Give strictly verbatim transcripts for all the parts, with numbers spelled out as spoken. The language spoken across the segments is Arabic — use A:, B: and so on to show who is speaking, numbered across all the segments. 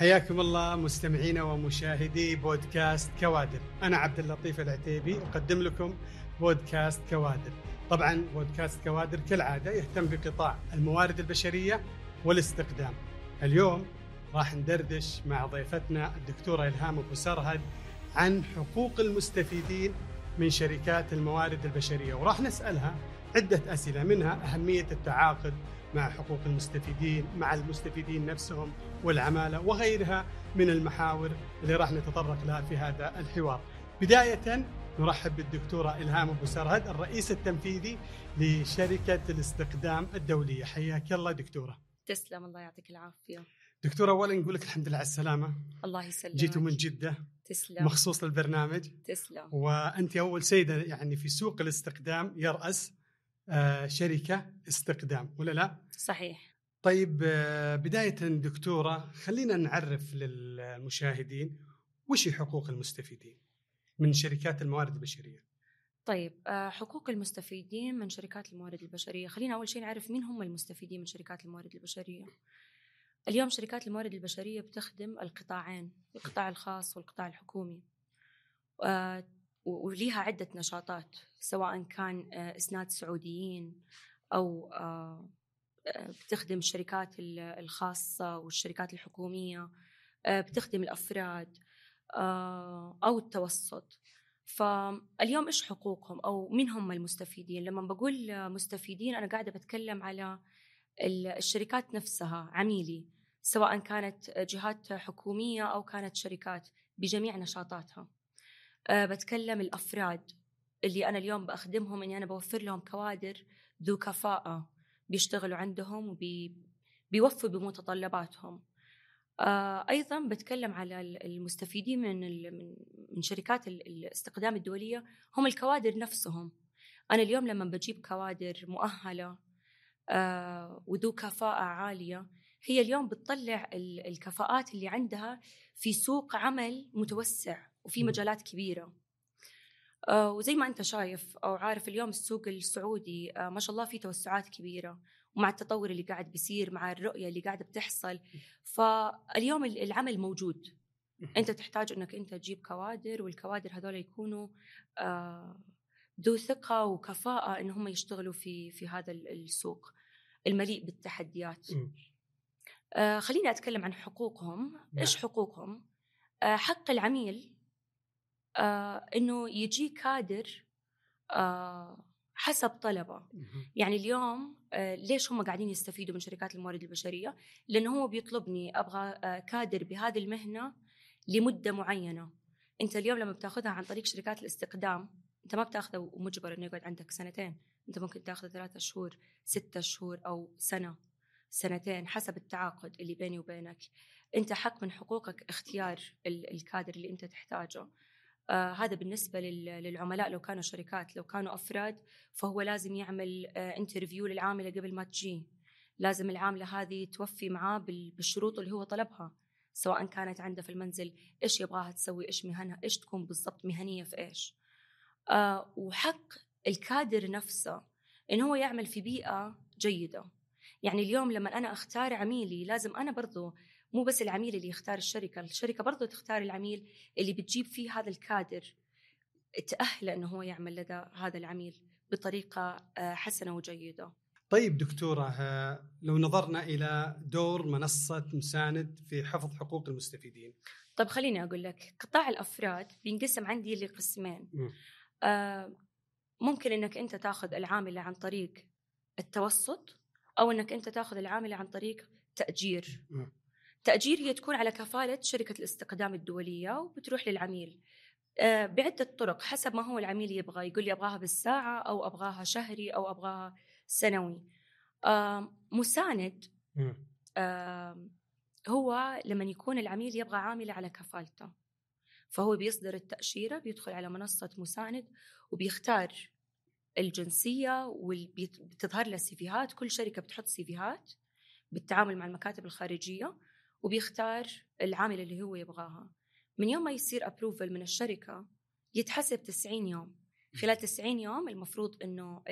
A: حياكم الله مستمعينا ومشاهدي بودكاست كوادر. أنا عبد اللطيف العتيبي أقدم لكم بودكاست كوادر. طبعا بودكاست كوادر كالعادة يهتم بقطاع الموارد البشرية والاستقدام. اليوم راح ندردش مع ضيفتنا الدكتورة إلهام أبو سرهد عن حقوق المستفيدين من شركات الموارد البشرية، وراح نسألها عدة أسئلة، منها أهمية التعاقد مع حقوق المستفيدين، مع المستفيدين نفسهم والعمالة، وغيرها من المحاور اللي راح نتطرق لها في هذا الحوار. بداية نرحب بالدكتورة إلهام أبو سرهد، الرئيس التنفيذي لشركة الاستقدام الدولية. حياك الله دكتورة.
B: تسلم، الله يعطيك العافية.
A: دكتورة، أولا نقول لك الحمد لله على السلامة.
B: الله يسلمك.
A: جيتوا من جدة.
B: تسلم.
A: مخصوص للبرنامج.
B: تسلم.
A: وأنت أول سيدة يعني في سوق الاستقدام يرأس آه شركة استقدام، ولا لا؟
B: صحيح.
A: طيب آه بداية دكتورة، خلينا نعرف للمشاهدين وش حقوق المستفيدين من شركات الموارد البشرية.
B: طيب آه حقوق المستفيدين من شركات الموارد البشرية، خلينا أول شيء نعرف مين هم المستفيدين من شركات الموارد البشرية. اليوم شركات الموارد البشرية بتخدم القطاعين، القطاع الخاص والقطاع الحكومي، آه وليها عدة نشاطات، سواء كان آه إسناد سعوديين أو آه بتخدم الشركات الخاصة والشركات الحكومية، بتخدم الأفراد أو التوسط. فاليوم إيش حقوقهم أو مين هم المستفيدين؟ لما بقول مستفيدين أنا قاعدة بتكلم على الشركات نفسها، عميلي، سواء كانت جهات حكومية أو كانت شركات بجميع نشاطاتها. بتكلم الأفراد اللي أنا اليوم بأخدمهم، إني أنا بوفر لهم كوادر ذو كفاءة بيشتغلوا عندهم وبيوفوا بمتطلباتهم. آه أيضا بتكلم على المستفيدين من من شركات الاستقدام الدولية، هم الكوادر نفسهم. أنا اليوم لما بجيب كوادر مؤهلة آه وذو كفاءة عالية، هي اليوم بتطلع الكفاءات اللي عندها في سوق عمل متوسع وفي مجالات كبيرة. آه وزي ما أنت شايف أو عارف، اليوم السوق السعودي آه ما شاء الله فيه توسعات كبيرة، ومع التطور اللي قاعد بيصير، مع الرؤية اللي قاعدة بتحصل، فاليوم العمل موجود. أنت تحتاج أنك أنت تجيب كوادر، والكوادر هذول يكونوا آه ذو ثقة وكفاءة إن هم يشتغلوا في في هذا السوق المليء بالتحديات. آه خليني أتكلم عن حقوقهم. إيش حقوقهم؟ آه حق العميل آه إنه يجي كادر آه حسب طلبه. يعني اليوم آه ليش هم قاعدين يستفيدوا من شركات الموارد البشرية؟ لأنه هو بيطلبني أبغى آه كادر بهذه المهنة لمدة معينة. أنت اليوم لما بتاخذها عن طريق شركات الاستقدام، أنت ما بتاخذه ومجبر إنه يقعد عندك سنتين، أنت ممكن تاخذه ثلاثة شهور، ستة شهور، أو سنة، سنتين، حسب التعاقد اللي بيني وبينك. أنت حق من حقوقك اختيار الكادر اللي أنت تحتاجه. آه هذا بالنسبة للعملاء. لو كانوا شركات، لو كانوا أفراد، فهو لازم يعمل آه انترفيو للعاملة قبل ما تجي. لازم العاملة هذه توفي معاه بالشروط اللي هو طلبها، سواء كانت عنده في المنزل إيش يبغاها تسوي، إيش مهنها، إيش تكون بالضبط مهنية في إيش. آه وحق الكادر نفسه إنه هو يعمل في بيئة جيدة. يعني اليوم لما أنا أختار عميلي، لازم أنا برضو مو بس العميل اللي يختار الشركة، الشركة برضو تختار العميل اللي بتجيب فيه هذا الكادر تأهل أنه هو يعمل لدى هذا العميل بطريقة حسنة وجيدة.
A: طيب دكتورة، لو نظرنا إلى دور منصة مساند في حفظ حقوق المستفيدين.
B: طب خليني أقول لك، قطاع الأفراد بينقسم عندي لقسمين. آه ممكن أنك أنت تأخذ العاملة عن طريق التوسط، أو أنك أنت تأخذ العاملة عن طريق تأجير. م. تأجير هي تكون على كفالة شركة الاستقدام الدولية وبتروح للعميل آه بعدة طرق حسب ما هو العميل يبغى. يقول لي أبغاها بالساعة، أو أبغاها شهري، أو أبغاها سنوي. آه مساند آه هو لما يكون العميل يبغى عاملة على كفالته، فهو بيصدر التأشيرة، بيدخل على منصة مساند وبيختار الجنسية، وبتظهر له سيفيهات. كل شركة بتحط سيفيهات بالتعامل مع المكاتب الخارجية، وبيختار العامل اللي هو يبغاها. من يوم ما يصير أبروفل من الشركة يتحسب تسعين يوم. خلال تسعين يوم المفروض إنه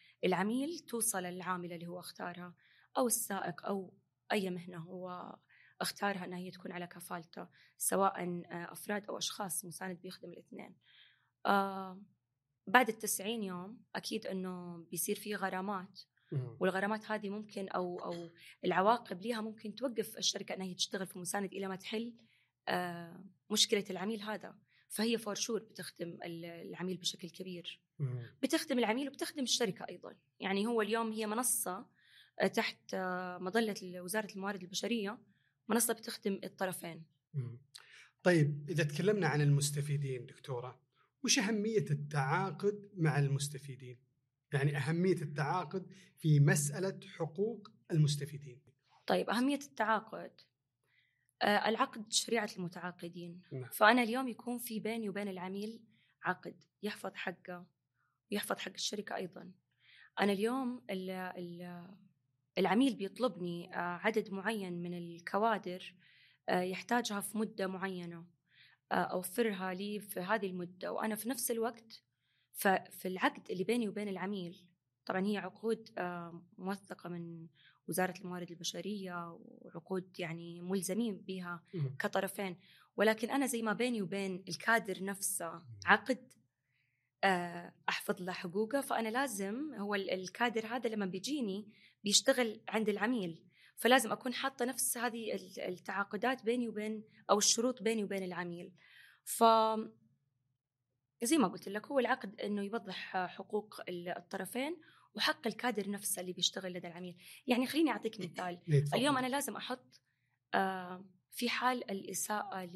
B: العميل توصل العاملة اللي هو اختارها، أو السائق، أو أي مهنة هو اختارها أنها هي تكون على كفالته، سواء أفراد أو أشخاص، مساند بيخدم الاثنين. آه بعد التسعين يوم أكيد أنه بيصير فيه غرامات، والغرامات هذه ممكن أو أو العواقب ليها ممكن توقف الشركة أنها تشتغل في مساند إلى ما تحل آه مشكلة العميل هذا. فهي فور شور بتخدم العميل بشكل كبير، بتخدم العميل وبتخدم الشركة أيضا. يعني هو اليوم هي منصة تحت مظلة وزارة الموارد البشرية، منصة بتخدم الطرفين.
A: طيب إذا تكلمنا عن المستفيدين دكتورة، وش أهمية التعاقد مع المستفيدين؟ يعني أهمية التعاقد في مسألة حقوق المستفيدين.
B: طيب أهمية التعاقد، آه العقد شريعة المتعاقدين.
A: نعم.
B: فأنا اليوم يكون في بيني وبين العميل عقد يحفظ حقه ويحفظ حق الشركة أيضا. أنا اليوم ال ال العميل بيطلبني آه عدد معين من الكوادر آه يحتاجها في مدة معينة، آه أوفرها لي في هذه المدة، وأنا في نفس الوقت ففي العقد اللي بيني وبين العميل، طبعا هي عقود آه موثقة من وزارة الموارد البشرية وعقود يعني ملزمين بها كطرفين، ولكن أنا زي ما بيني وبين الكادر نفسه عقد أحفظ له حقوقه. فأنا لازم هو الكادر هذا لما بيجيني بيشتغل عند العميل، فلازم أكون حاطة نفس هذه التعاقدات بيني وبين أو الشروط بيني وبين العميل. ف زي ما قلت لك هو العقد إنه يوضح حقوق الطرفين وحق الكادر نفسه اللي بيشتغل لدى العميل. يعني خليني أعطيك مثال. اليوم أنا لازم أحط في حال الإساءة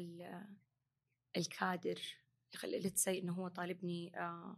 B: للكادر، لتسي إنه هو طالبني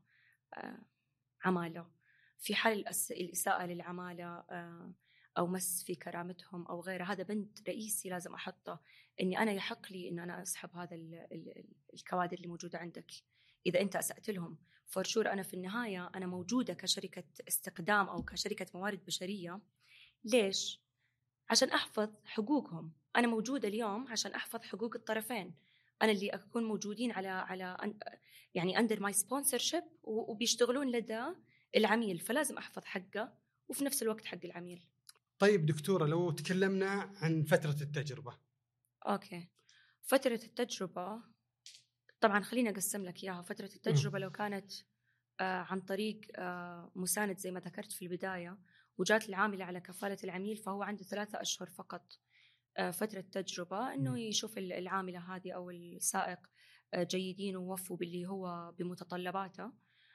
B: عمالة، في حال الإساءة للعمالة أو مس في كرامتهم أو غيره، هذا بند رئيسي لازم أحطه، إني أنا يحق لي إن أنا أسحب هذا الكوادر اللي موجودة عندك إذا أنت أسأت لهم. فرشور أنا في النهاية أنا موجودة كشركة استقدام أو كشركة موارد بشرية. ليش؟ عشان أحفظ حقوقهم. أنا موجودة اليوم عشان أحفظ حقوق الطرفين، أنا اللي أكون موجودين على على يعني under my sponsorship وبيشتغلون لدى العميل، فلازم أحفظ حقه وفي نفس الوقت حق العميل.
A: طيب دكتورة لو تكلمنا عن فترة التجربة.
B: أوكي، فترة التجربة طبعا خليني أقسم لك إياها. فترة التجربة لو كانت آه عن طريق آه مساند زي ما ذكرت في البداية وجات العاملة على كفالة العميل، فهو عنده ثلاثة أشهر فقط آه فترة تجربة إنه يشوف العاملة هذه أو السائق آه جيدين ووفوا باللي هو بمتطلباته.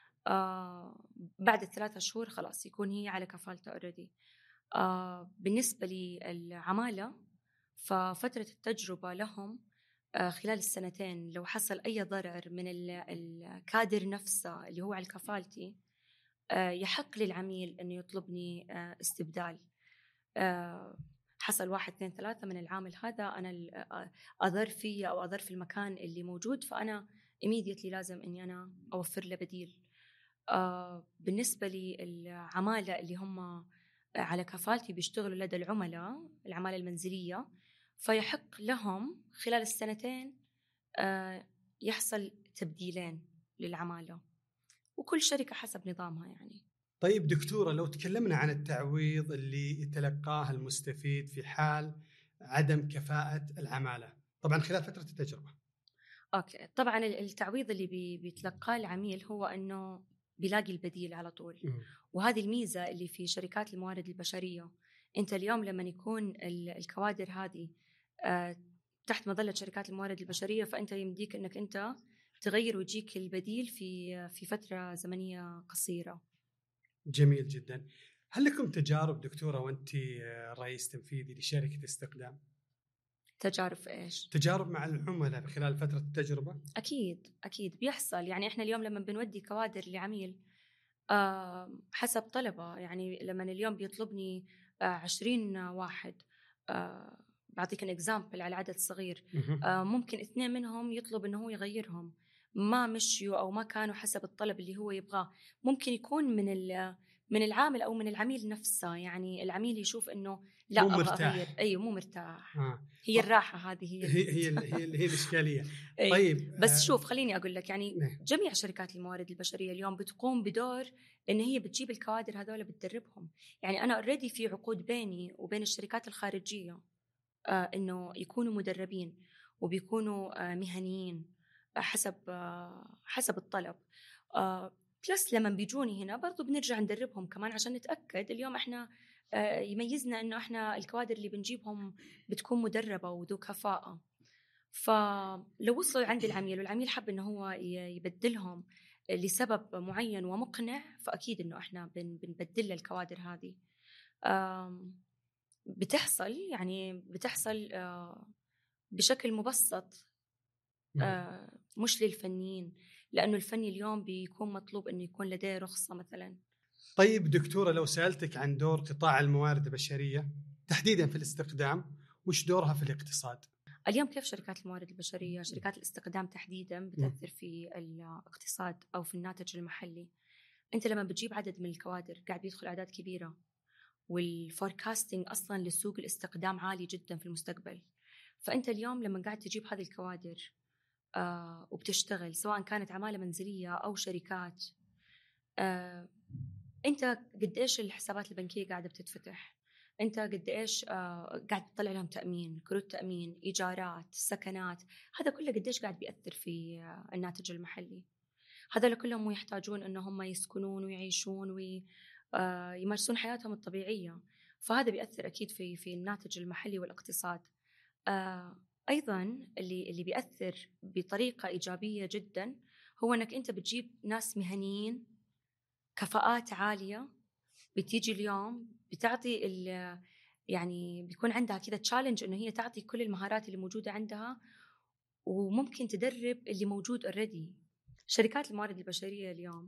B: آه بعد الثلاثة شهور خلاص يكون هي على كفالته already. آه بالنسبة للعمالة ففترة التجربة لهم آه خلال السنتين لو حصل أي ضرر من الكادر نفسه اللي هو على كفالتي آه يحق للعميل أنه يطلبني آه استبدال. آه حصل واحد اثنين ثلاثة من العامل هذا أنا أضر فيه أو أضر في المكان اللي موجود، فأنا immediately لازم أني أنا أوفر له بديل. آه بالنسبة للعمالة اللي هم على كفالتي بيشتغلوا لدى العملاء العمالة المنزلية، فيحق لهم خلال السنتين آه يحصل تبديلين للعمالة، وكل شركة حسب نظامها يعني.
A: طيب دكتورة لو تكلمنا عن التعويض اللي يتلقاه المستفيد في حال عدم كفاءة العمالة طبعا خلال فترة التجربة.
B: أوكي، طبعا التعويض اللي بي بيتلقاه العميل هو أنه بيلاقي البديل على طول. م. وهذه الميزة اللي في شركات الموارد البشرية. أنت اليوم لما يكون الكوادر هذه آه تحت مظلة شركات الموارد البشرية، فأنت يمديك أنك أنت تغير ويجيك البديل في في فترة زمنية قصيرة.
A: جميل جدا. هل لكم تجارب دكتورة وأنت رئيس تنفيذي لشركة استقدام؟
B: تجارب في إيش؟
A: تجارب مع العملاء خلال فترة التجربة؟
B: أكيد أكيد بيحصل. يعني إحنا اليوم لما بنودي كوادر لعميل آه حسب طلبة، يعني لما اليوم بيطلبني آه عشرين واحد، آه بعطيك an example على عدد صغير، آه ممكن اثنين منهم يطلب إنه هو يغيرهم، ما مشيوا أو ما كانوا حسب الطلب اللي هو يبغاه. ممكن يكون من من العامل أو من العميل نفسه، يعني العميل يشوف إنه لا
A: مو
B: أبغى
A: مرتاح.
B: أغير. أيوه مو مرتاح.
A: آه.
B: هي الراحة هذه هي
A: هي هي هي, هي الإشكالية.
B: أيه.
A: طيب
B: بس آه شوف خليني أقول لك يعني نه. جميع شركات الموارد البشرية اليوم بتقوم بدور إن هي بتجيب الكوادر هذول بتدربهم. يعني أنا already في عقود بيني وبين الشركات الخارجية آه إنه يكونوا مدربين وبيكونوا آه مهنيين آه حسب آه حسب الطلب. آه بلس لما بيجوني هنا برضو بنرجع ندربهم كمان عشان نتأكد. اليوم إحنا آه يميزنا إنه إحنا الكوادر اللي بنجيبهم بتكون مدربة وذو كفاءة. فلو وصلوا عند العميل والعميل حب إنه هو يبدلهم لسبب معين ومقنع، فأكيد إنه إحنا بن بنبدل الكوادر هذه. بتحصل يعني بتحصل بشكل مبسط، مش للفنيين، لأنه الفني اليوم بيكون مطلوب إنه يكون لديه رخصة مثلا.
A: طيب دكتورة، لو سألتك عن دور قطاع الموارد البشرية تحديدا في الاستقدام، وش دورها في الاقتصاد؟
B: اليوم كيف شركات الموارد البشرية، شركات الاستقدام تحديدا بتأثر في الاقتصاد أو في الناتج المحلي؟ أنت لما بتجيب عدد من الكوادر قاعد بيدخل أعداد كبيرة، والفوركاستنج أصلا لسوق الاستقدام عالي جدا في المستقبل. فأنت اليوم لما قاعد تجيب هذه الكوادر آه وبتشتغل، سواء كانت عمالة منزلية أو شركات، آه أنت قد إيش الحسابات البنكية قاعدة بتتفتح؟ أنت قد إيش آه قاعد تطلع لهم تأمين، كروت تأمين، إيجارات، سكنات، هذا كله قد إيش قاعد بيأثر في آه الناتج المحلي. هذول كلهم يحتاجون أنه هم يسكنون ويعيشون ويمارسون حياتهم الطبيعية، فهذا بيأثر أكيد في في الناتج المحلي والاقتصاد. آه أيضاً اللي اللي بيأثر بطريقة إيجابية جداً هو أنك أنت بتجيب ناس مهنيين كفاءات عالية، بتيجي اليوم بتعطي ال يعني بيكون عندها كذا تشالنج إنه هي تعطي كل المهارات اللي موجودة عندها، وممكن تدرب اللي موجود already. شركات الموارد البشرية اليوم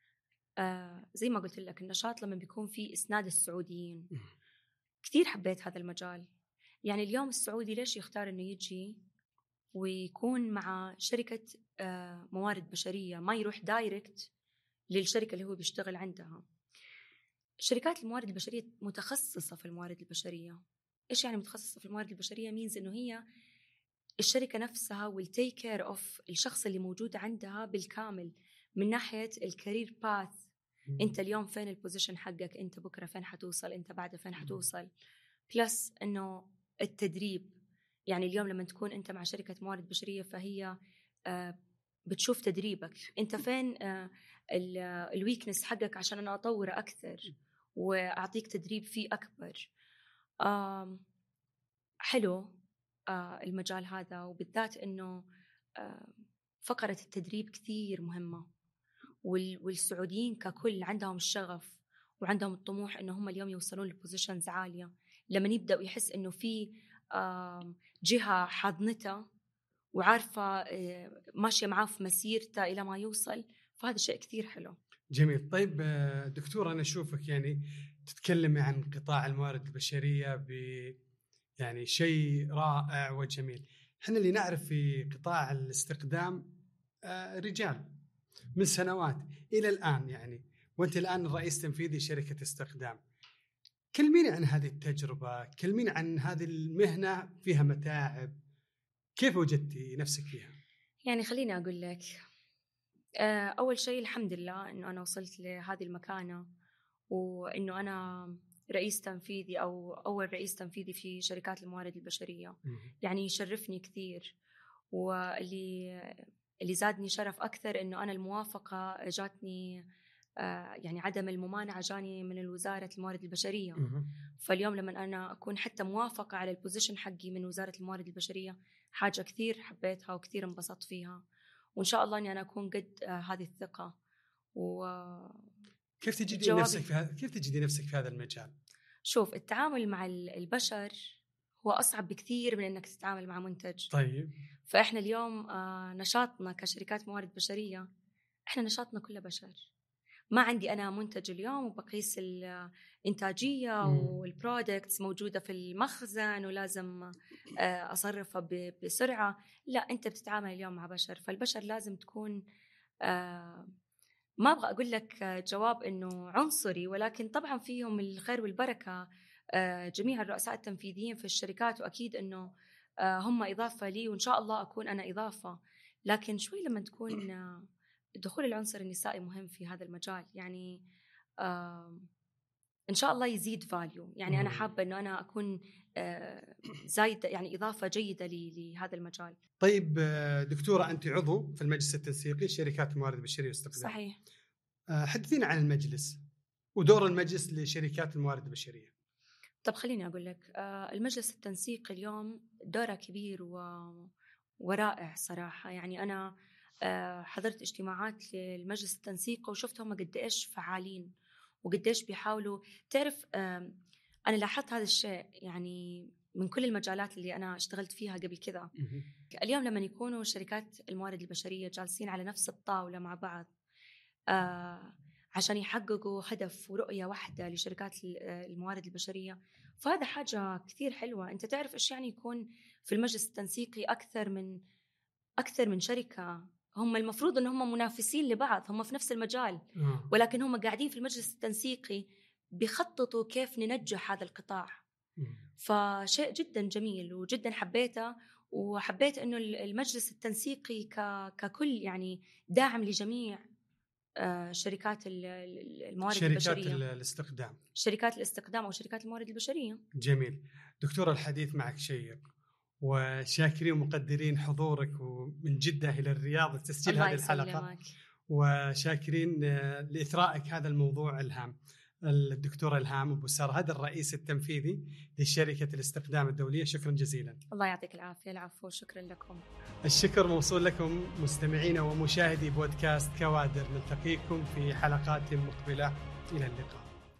B: آه زي ما قلت لك، النشاط لما بيكون فيه إسناد السعوديين، كثير حبيت هذا المجال. يعني اليوم السعودي ليش يختار إنه يجي ويكون مع شركة آه موارد بشرية، ما يروح دايركت للشركة اللي هو بيشتغل عندها؟ شركات الموارد البشرية متخصصة في الموارد البشرية. إيش يعني متخصصة في الموارد البشرية؟ مينز إنه هي الشركة نفسها will take care of الشخص اللي موجود عندها بالكامل، من ناحية الكارير باث. أنت اليوم فين البوزيشن حقك، أنت بكرة فين حتوصل، أنت بعد فين حتوصل. بلس إنه التدريب، يعني اليوم لما تكون أنت مع شركة موارد بشرية فهي آه بتشوف تدريبك أنت فين، آه الويكنس حقك عشان أنا أطوره أكثر وأعطيك تدريب فيه أكبر. آه حلو آه المجال هذا، وبالذات إنه آه فقرة التدريب كثير مهمة، والسعوديين ككل عندهم الشغف وعندهم الطموح إنه هم اليوم يوصلون لبوزيشنز عالية. لما يبدأ يحس إنه في آه جهة حاضنته وعارفة آه ماشية معاه في مسيرته إلى ما يوصل، فهذا شيء كثير حلو.
A: جميل. طيب دكتور، أنا أشوفك يعني تتكلمي عن قطاع الموارد البشرية ب يعني شيء رائع وجميل. احنا اللي نعرف في قطاع الاستقدام رجال من سنوات إلى الآن، يعني وأنت الآن رئيس تنفيذي شركة استقدام. كلميني عن هذه التجربة، كلميني عن هذه المهنة، فيها متاعب، كيف وجدتي نفسك فيها؟
B: يعني خليني أقول لك، أول شيء الحمد لله إنه أنا وصلت لهذه المكانة، وإنه أنا رئيس تنفيذي أو أول رئيس تنفيذي في شركات الموارد البشرية. يعني يشرفني كثير، واللي اللي زادني شرف أكثر إنه أنا الموافقة جاتني، يعني عدم الممانعة جاني من وزارة الموارد البشرية. فاليوم لما أنا أكون حتى موافقة على البوزيشن حقي من وزارة الموارد البشرية، حاجة كثير حبيتها وكثير انبسطت فيها، وإن شاء الله أني أنا أكون قد هذه الثقة. و
A: كيف تجدي نفسك في هذا كيف تجدي نفسك في هذا المجال؟
B: شوف، التعامل مع البشر هو أصعب بكثير من إنك تتعامل مع منتج.
A: طيب.
B: فإحنا اليوم نشاطنا كشركات موارد بشرية، إحنا نشاطنا كله بشر. ما عندي أنا منتج اليوم وبقيس الإنتاجية والبرودكتس موجودة في المخزن ولازم أصرفها بسرعة. لا، أنت بتتعامل اليوم مع بشر، فالبشر لازم تكون، ما أبغى أقول لك جواب إنه عنصري، ولكن طبعا فيهم الخير والبركة جميع الرؤساء التنفيذيين في الشركات، وأكيد إنه هم إضافة لي، وإن شاء الله أكون أنا إضافة. لكن شوي لما تكون دخول العنصر النسائي مهم في هذا المجال. يعني إن شاء الله يزيد فاليو، يعني أنا حابة إنه أنا أكون زايدة، يعني إضافة جيدة لهذا المجال.
A: طيب دكتورة، أنت عضو في المجلس التنسيقي شركات الموارد البشرية واستخدام.
B: صحيح.
A: حدثينا عن المجلس ودور المجلس لشركات الموارد البشرية.
B: طب خليني أقول لك، المجلس التنسيقي اليوم دوره كبير و... ورائع صراحة. يعني أنا حضرت اجتماعات للمجلس التنسيقي وشفت هم قد إيش فعالين وقد إيش بيحاولوا. تعرف أنا لاحظت هذا الشيء يعني من كل المجالات اللي أنا اشتغلت فيها قبل كذا. اليوم لما يكونوا شركات الموارد البشرية جالسين على نفس الطاولة مع بعض آه عشان يحققوا هدف ورؤية واحدة لشركات الموارد البشرية، فهذا حاجة كثير حلوة. أنت تعرف إيش يعني يكون في المجلس التنسيقي أكثر من أكثر من شركة، هم المفروض أن هم منافسين لبعض، هم في نفس المجال، ولكن هم قاعدين في المجلس التنسيقي بيخططوا كيف ننجح هذا القطاع. فشيء جدا جميل وجدا حبيته، وحبيت أنه المجلس التنسيقي ككل يعني داعم لجميع شركات الموارد
A: شركات
B: البشرية،
A: شركات الاستخدام
B: شركات الاستخدام أو شركات الموارد البشرية.
A: جميل دكتورة، الحديث معك شيق، وشاكرين ومقدرين حضورك من جدة إلى الرياض لتسجيل هذه الحلقة، وشاكرين لإثرائك هذا الموضوع الهام. الدكتورة إلهام أبو سرهد، الرئيس التنفيذي لشركة الاستخدام الدولية، شكرا جزيلا.
B: الله يعطيك العافية. العفو، شكرا لكم.
A: الشكر موصول لكم مستمعين ومشاهدي بودكاست كوادر، نلتقيكم في حلقات مقبلة، إلى اللقاء.